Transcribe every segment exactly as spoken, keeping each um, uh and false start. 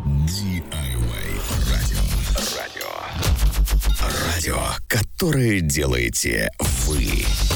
ди ай вай радио. Радио. Радио, которое делаете вы.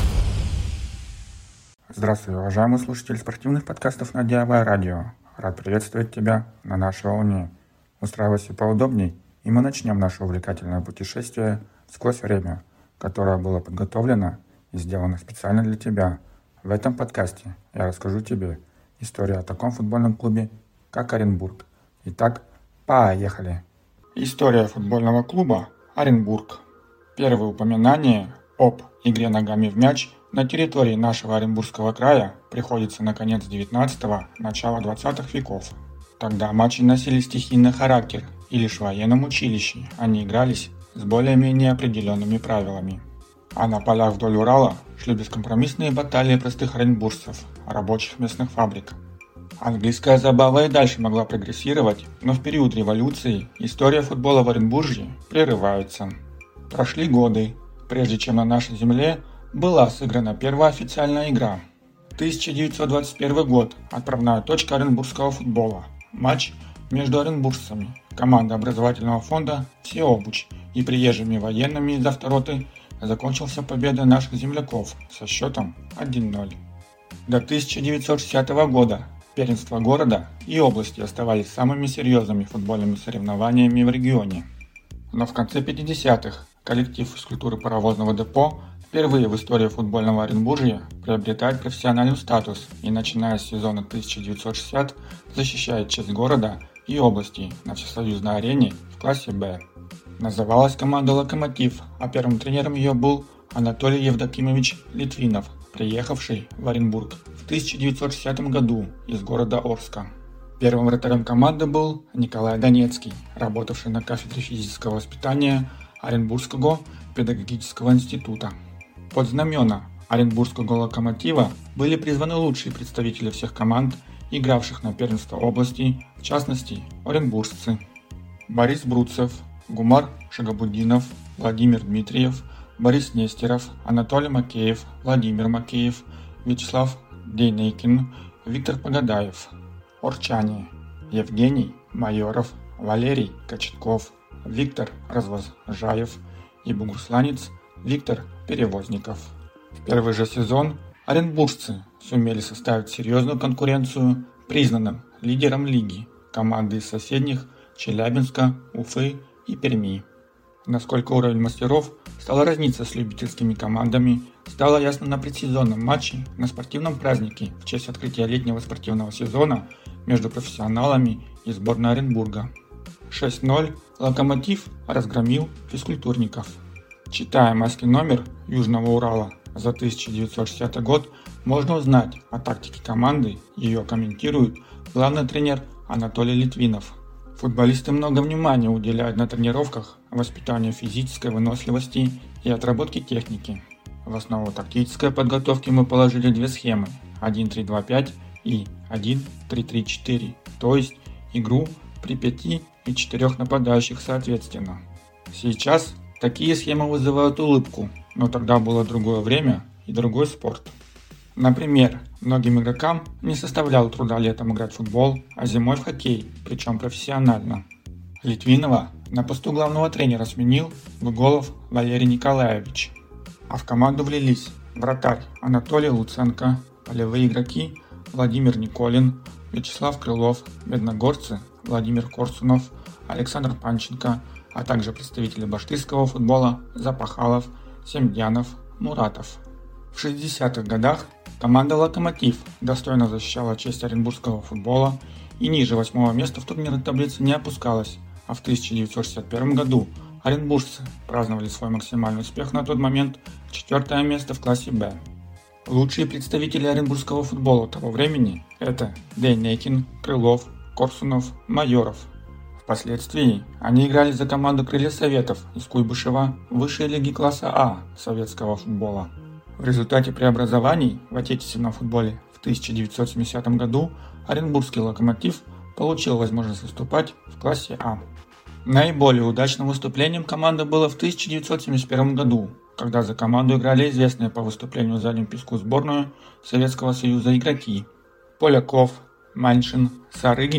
Здравствуй, уважаемый слушатель спортивных подкастов на ди ай вай радио. Рад приветствовать тебя на нашей волне. Устраивайся поудобней, и мы начнем наше увлекательное путешествие сквозь время, которое было подготовлено и сделано специально для тебя. В этом подкасте я расскажу тебе историю о таком футбольном клубе, как Оренбург. Итак, поехали! История футбольного клуба Оренбург. Первые упоминания об игре ногами в мяч на территории нашего Оренбургского края приходится на конец девятнадцатого – начало двадцатых веков. Тогда матчи носили стихийный характер, и лишь в военном училище они игрались с более-менее определенными правилами. А на полях вдоль Урала шли бескомпромиссные баталии простых оренбуржцев, рабочих местных фабрик. Английская забава и дальше могла прогрессировать, но в период революции история футбола в Оренбурге прерывается. Прошли годы, прежде чем на нашей земле была сыграна первая официальная игра. тысяча девятьсот двадцать первый год. Отправная точка оренбургского футбола. Матч между оренбуржцами, команда образовательного фонда «Всеобуч» и приезжими военными из автороты закончился победой наших земляков со счетом один ноль. До тысяча девятьсот шестидесятого года первенства города и области оставались самыми серьезными футбольными соревнованиями в регионе. Но в конце пятидесятых коллектив физкультуры паровозного депо впервые в истории футбольного Оренбуржья приобретает профессиональный статус и, начиная с сезона тысяча девятьсот шестидесятого, защищает честь города и области на всесоюзной арене в классе Б. Называлась команда «Локомотив», а первым тренером ее был Анатолий Евдокимович Литвинов, приехавший в Оренбург в тысяча девятьсот шестидесятом году из города Орска. Первым вратарем команды был Николай Донецкий, работавший на кафедре физического воспитания Оренбургского педагогического института. Под знамена Оренбургского «Локомотива» были призваны лучшие представители всех команд, игравших на первенство области, в частности, оренбуржцы. Борис Бруцев, Гумар Шагабудинов, Владимир Дмитриев, Борис Нестеров, Анатолий Макеев, Владимир Макеев, Вячеслав Дейнейкин, Виктор Погадаев. Орчане: Евгений Майоров, Валерий Кочетков, Виктор Развозжаев и бугусланец Виктор Перевозников. В первый же сезон оренбуржцы сумели составить серьезную конкуренцию признанным лидерам лиги, команды из соседних Челябинска, Уфы и Перми. Насколько уровень мастеров стал разниться с любительскими командами, стало ясно на предсезонном матче на спортивном празднике в честь открытия летнего спортивного сезона между профессионалами и сборной Оренбурга. шесть ноль «Локомотив» разгромил физкультурников. Читая майский номер Южного Урала за тысяча девятьсот шестидесятый год, можно узнать о тактике команды, ее комментирует главный тренер Анатолий Литвинов. Футболисты много внимания уделяют на тренировках воспитанию физической выносливости и отработке техники. В основу тактической подготовки мы положили две схемы один три два пять и один три три четыре, то есть игру при пяти и четырех нападающих соответственно. Сейчас такие схемы вызывают улыбку, но тогда было другое время и другой спорт. Например, многим игрокам не составляло труда летом играть в футбол, а зимой в хоккей, причем профессионально. Литвинова на посту главного тренера сменил Выголов Валерий Николаевич. А в команду влились вратарь Анатолий Луценко, полевые игроки Владимир Николин, Вячеслав Крылов, медногорцы Владимир Корсунов, Александр Панченко, а также представители башкирского футбола Запахалов, Семдянов, Муратов. В шестидесятых годах команда «Локомотив» достойно защищала честь оренбургского футбола и ниже восьмого места в турнирной таблице не опускалась, а в тысяча девятьсот шестьдесят первом году оренбуржцы праздновали свой максимальный успех на тот момент – четвертое место в классе «Б». Лучшие представители оренбургского футбола того времени – это Дейнейкин, Крылов, Корсунов, Майоров. Впоследствии они играли за команду «Крылья Советов» из Куйбышева высшей лиги класса А советского футбола. В результате преобразований в отечественном футболе в тысяча девятьсот семидесятом году Оренбургский «Локомотив» получил возможность выступать в классе А. Наиболее удачным выступлением команды было в тысяча девятьсот семьдесят первом году, когда за команду играли известные по выступлению за олимпийскую сборную Советского Союза игроки Поляков, Маньшин, Сарыгин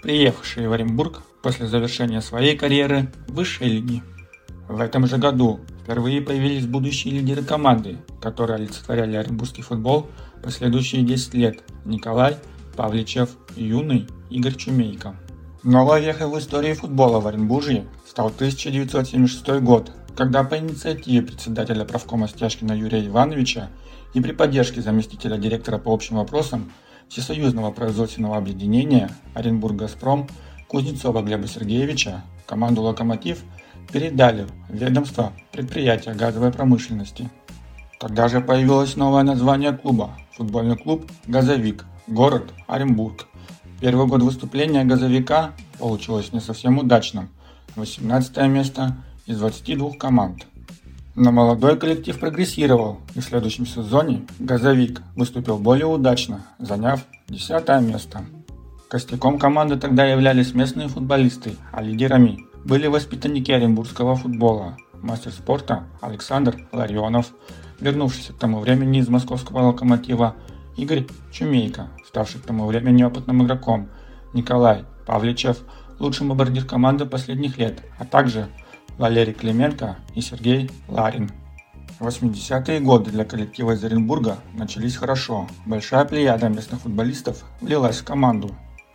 приехавшие в Оренбург после завершения своей карьеры в высшей лиге. В этом же году впервые появились будущие лидеры команды, которые олицетворяли оренбургский футбол последующие десять лет: Николай, Павличев, Юный, Игорь Чумейко. Новой вехой в истории футбола в Оренбурге стал тысяча девятьсот семьдесят шестой год, когда по инициативе председателя правкома Стяжкина Юрия Ивановича и при поддержке заместителя директора по общим вопросам Всесоюзного производственного объединения «Оренбург-Газпром» Кузнецова Глеба Сергеевича команду «Локомотив» передали в ведомство предприятия газовой промышленности. Тогда же появилось новое название клуба – футбольный клуб «Газовик», город Оренбург. Первый год выступления «Газовика» получилось не совсем удачным – восемнадцатое место из двадцати двух команд. Но молодой коллектив прогрессировал, и в следующем сезоне «Газовик» выступил более удачно, заняв десятое место. Костяком команды тогда являлись местные футболисты, а лидерами были воспитанники оренбургского футбола, мастер спорта Александр Ларионов, вернувшийся к тому времени из московского «Локомотива», Игорь Чумейко, ставший к тому времени опытным игроком, Николай Павличев, лучший бомбардир команды последних лет, а также Валерий Клименко и Сергей Ларин. восьмидесятые годы для коллектива из Оренбурга начались хорошо. Большая плеяда местных футболистов влилась в команду.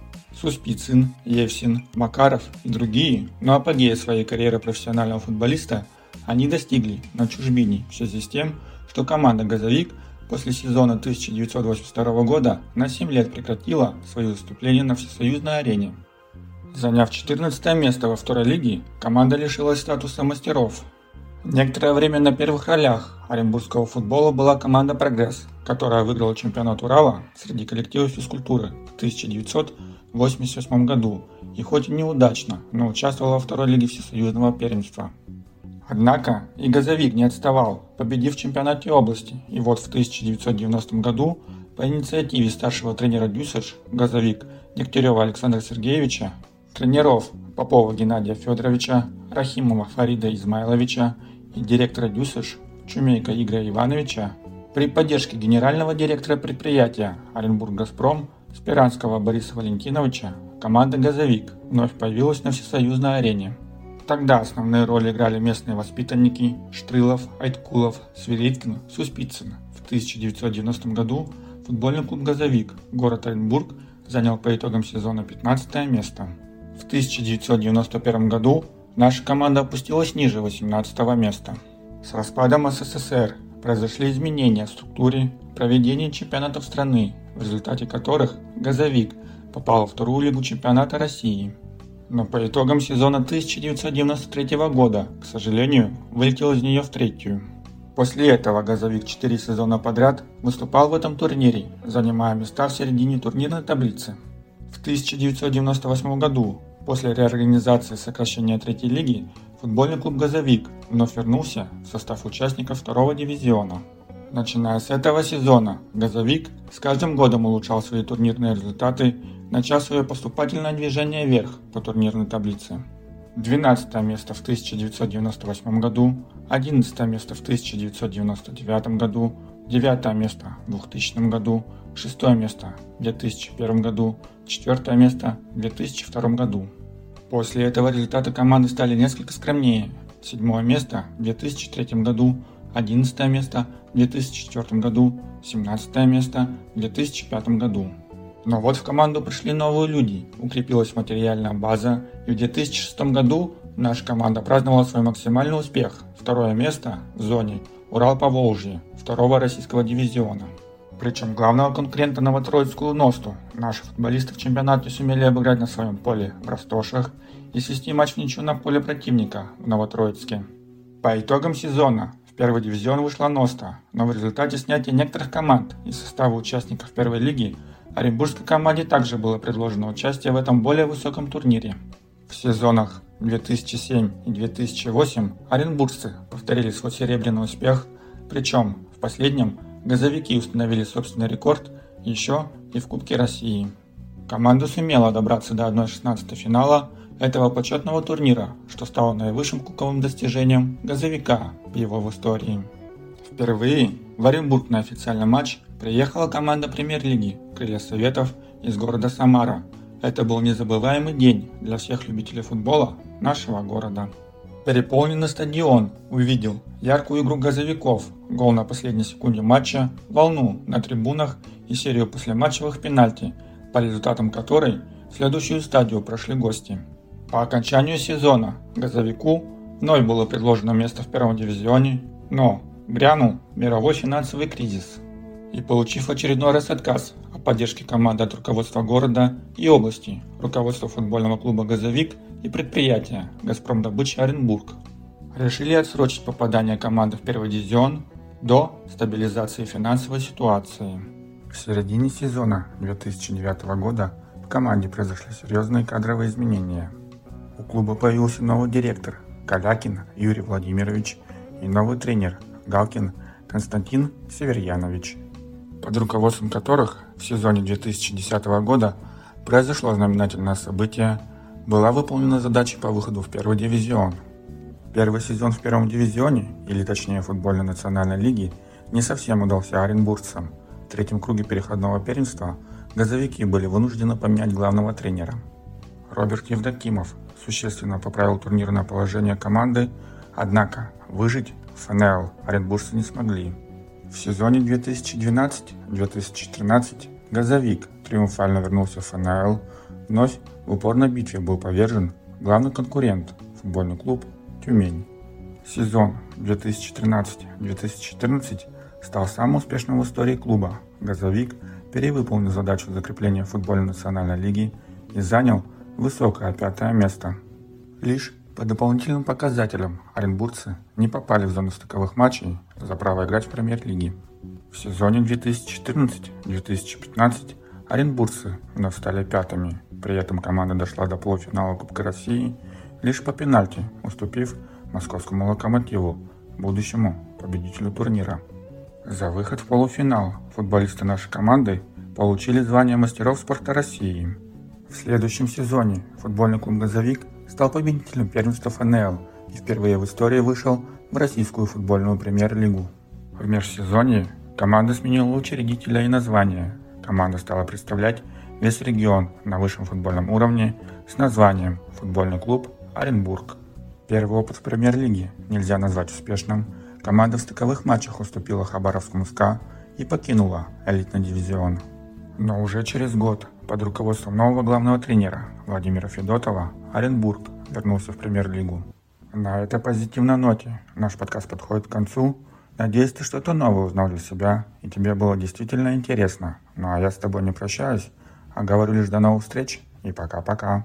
Суспицын, Евсин, Макаров и другие, но апогея своей карьеры профессионального футболиста они достигли на чужбине в связи с тем, что команда «Газовик» после сезона тысяча девятьсот восемьдесят второго года на семь лет прекратила свои выступления на всесоюзной арене. Заняв четырнадцатое место во второй лиге, команда лишилась статуса мастеров. Некоторое время на первых ролях оренбургского футбола была команда «Прогресс», которая выиграла чемпионат Урала среди коллективов физкультуры в тысяча девятьсот восемьдесят восьмом году и хоть и неудачно, но участвовала во второй лиге всесоюзного первенства. Однако и «Газовик» не отставал, победив в чемпионате области, и вот в тысяча девятьсот девяностом году по инициативе старшего тренера «Дюсш» «Газовик» Дегтярева Александра Сергеевича, тренеров Попова Геннадия Федоровича, Рахимова Фарида Измайловича и директора «Дюсш» Чумейко Игоря Ивановича, при поддержке генерального директора предприятия «Оренбург-Газпром» Спиранского Бориса Валентиновича, команда «Газовик» вновь появилась на всесоюзной арене. Тогда основные роли играли местные воспитанники Штрылов, Айткулов, Свиридкин, Суспицын. В тысяча девятьсот девяностом году футбольный клуб «Газовик», город Оренбург, занял по итогам сезона пятнадцатое место. В тысяча девятьсот девяносто первом году наша команда опустилась ниже восемнадцатого места. С распадом СССР произошли изменения в структуре проведения чемпионатов страны, в результате которых «Газовик» попал во вторую лигу чемпионата России. Но по итогам сезона тысяча девятьсот девяносто третьего года, к сожалению, вылетел из нее в третью. После этого «Газовик» четыре сезона подряд выступал в этом турнире, занимая места в середине турнирной таблицы. В тысяча девятьсот девяносто восьмом году, после реорганизации и сокращения третьей лиги, футбольный клуб «Газовик» вновь вернулся в состав участников второго дивизиона. Начиная с этого сезона, «Газовик» с каждым годом улучшал свои турнирные результаты, начав свое поступательное движение вверх по турнирной таблице. двенадцатое место в тысяча девятьсот девяносто восьмом году, одиннадцатое место в тысяча девятьсот девяносто девятом году, девятое место в двухтысячном году, шестое место в две тысячи первом году, четвертое место в две тысячи втором году. После этого результаты команды стали несколько скромнее. седьмое место в две тысячи третьем году, одиннадцатое место в две тысячи четвёртом году, семнадцатое место в две тысячи пятом году. Но вот в команду пришли новые люди, укрепилась материальная база, и в две тысячи шестом году наша команда праздновала свой максимальный успех – второе место в зоне Урал-Поволжье второго российского дивизиона. Причем главного конкурента новотроицкую «Носту» наши футболисты в чемпионате сумели обыграть на своем поле в Ростошах и свести матч в ничью на поле противника в Новотроицке. По итогам сезона в первый дивизион вышла «Носта», но в результате снятия некоторых команд из состава участников первой лиги оренбургской команде также было предложено участие в этом более высоком турнире. В сезонах две тысячи семь и две тысячи восемь оренбуржцы повторили свой серебряный успех, причем в последнем «Газовики» установили собственный рекорд еще и в Кубке России. Команда сумела добраться до одна шестнадцатого финала этого почетного турнира, что стало наивысшим кубковым достижением «Газовика» в его в истории. Впервые в Оренбург на официальный матч приехала команда премьер-лиги «Крылья Советов» из города Самара Это был незабываемый день для всех любителей футбола нашего города. Переполненный стадион увидел яркую игру газовиков, гол на последней секунде матча, волну на трибунах и серию послематчевых пенальти, по результатам которой в следующую стадию прошли гости. По окончанию сезона газовику вновь было предложено место в первом дивизионе, но грянул мировой финансовый кризис. И получив очередной раз отказ о поддержке команды от руководства города и области, руководства футбольного клуба «Газовик» и предприятия «Газпромдобыча Оренбург» решили отсрочить попадание команды в первый дивизион до стабилизации финансовой ситуации. В середине сезона две тысячи девятого года в команде произошли серьезные кадровые изменения. У клуба появился новый директор Калякин Юрий Владимирович и новый тренер Галкин Константин Северьянович, под руководством которых в сезоне две тысячи десятого года произошло знаменательное событие, была выполнена задача по выходу в первый дивизион. Первый сезон в первом дивизионе, или точнее футбольной национальной лиги, не совсем удался оренбуржцам. В третьем круге переходного первенства газовики были вынуждены поменять главного тренера. Роберт Евдокимов существенно поправил турнирное положение команды, однако выжить в эф эн эл оренбуржцы не смогли. В сезоне две тысячи двенадцатый — две тысячи тринадцатый газовик триумфально вернулся в эф эн эл, вновь в упорной битве был повержен главный конкурент – футбольный клуб «Тюмень». Сезон две тысячи тринадцатый — две тысячи четырнадцатый стал самым успешным в истории клуба. Газовик перевыполнил задачу закрепления футбольной национальной лиги и занял высокое пятое место. Лишь по дополнительным показателям оренбуржцы не попали в зону стыковых матчей за право играть в премьер-лиге. В сезоне две тысячи четырнадцатый — две тысячи пятнадцатый оренбуржцы вновь стали пятыми, при этом команда дошла до полуфинала Кубка России лишь по пенальти, уступив московскому «Локомотиву», будущему победителю турнира. За выход в полуфинал футболисты нашей команды получили звание мастеров спорта России. В следующем сезоне футбольный клуб «Газовик» стал победителем первенства эф эн эл и впервые в истории вышел в российскую футбольную премьер-лигу. В межсезонье команда сменила учредителя и название. Команда стала представлять весь регион на высшем футбольном уровне с названием «Футбольный клуб Оренбург». Первый опыт в премьер-лиге нельзя назвать успешным. Команда в стыковых матчах уступила Хабаровскому СКА и покинула элитный дивизион. Но уже через год под руководством нового главного тренера Владимира Федотова Оренбург вернулся в премьер-лигу. На этой позитивной ноте наш подкаст подходит к концу. Надеюсь, ты что-то новое узнал для себя и тебе было действительно интересно. Ну а я с тобой не прощаюсь, а говорю лишь до новых встреч и пока-пока.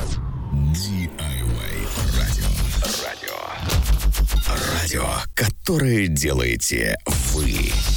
ди ай вай радио. Радио. Радио, которое делаете вы.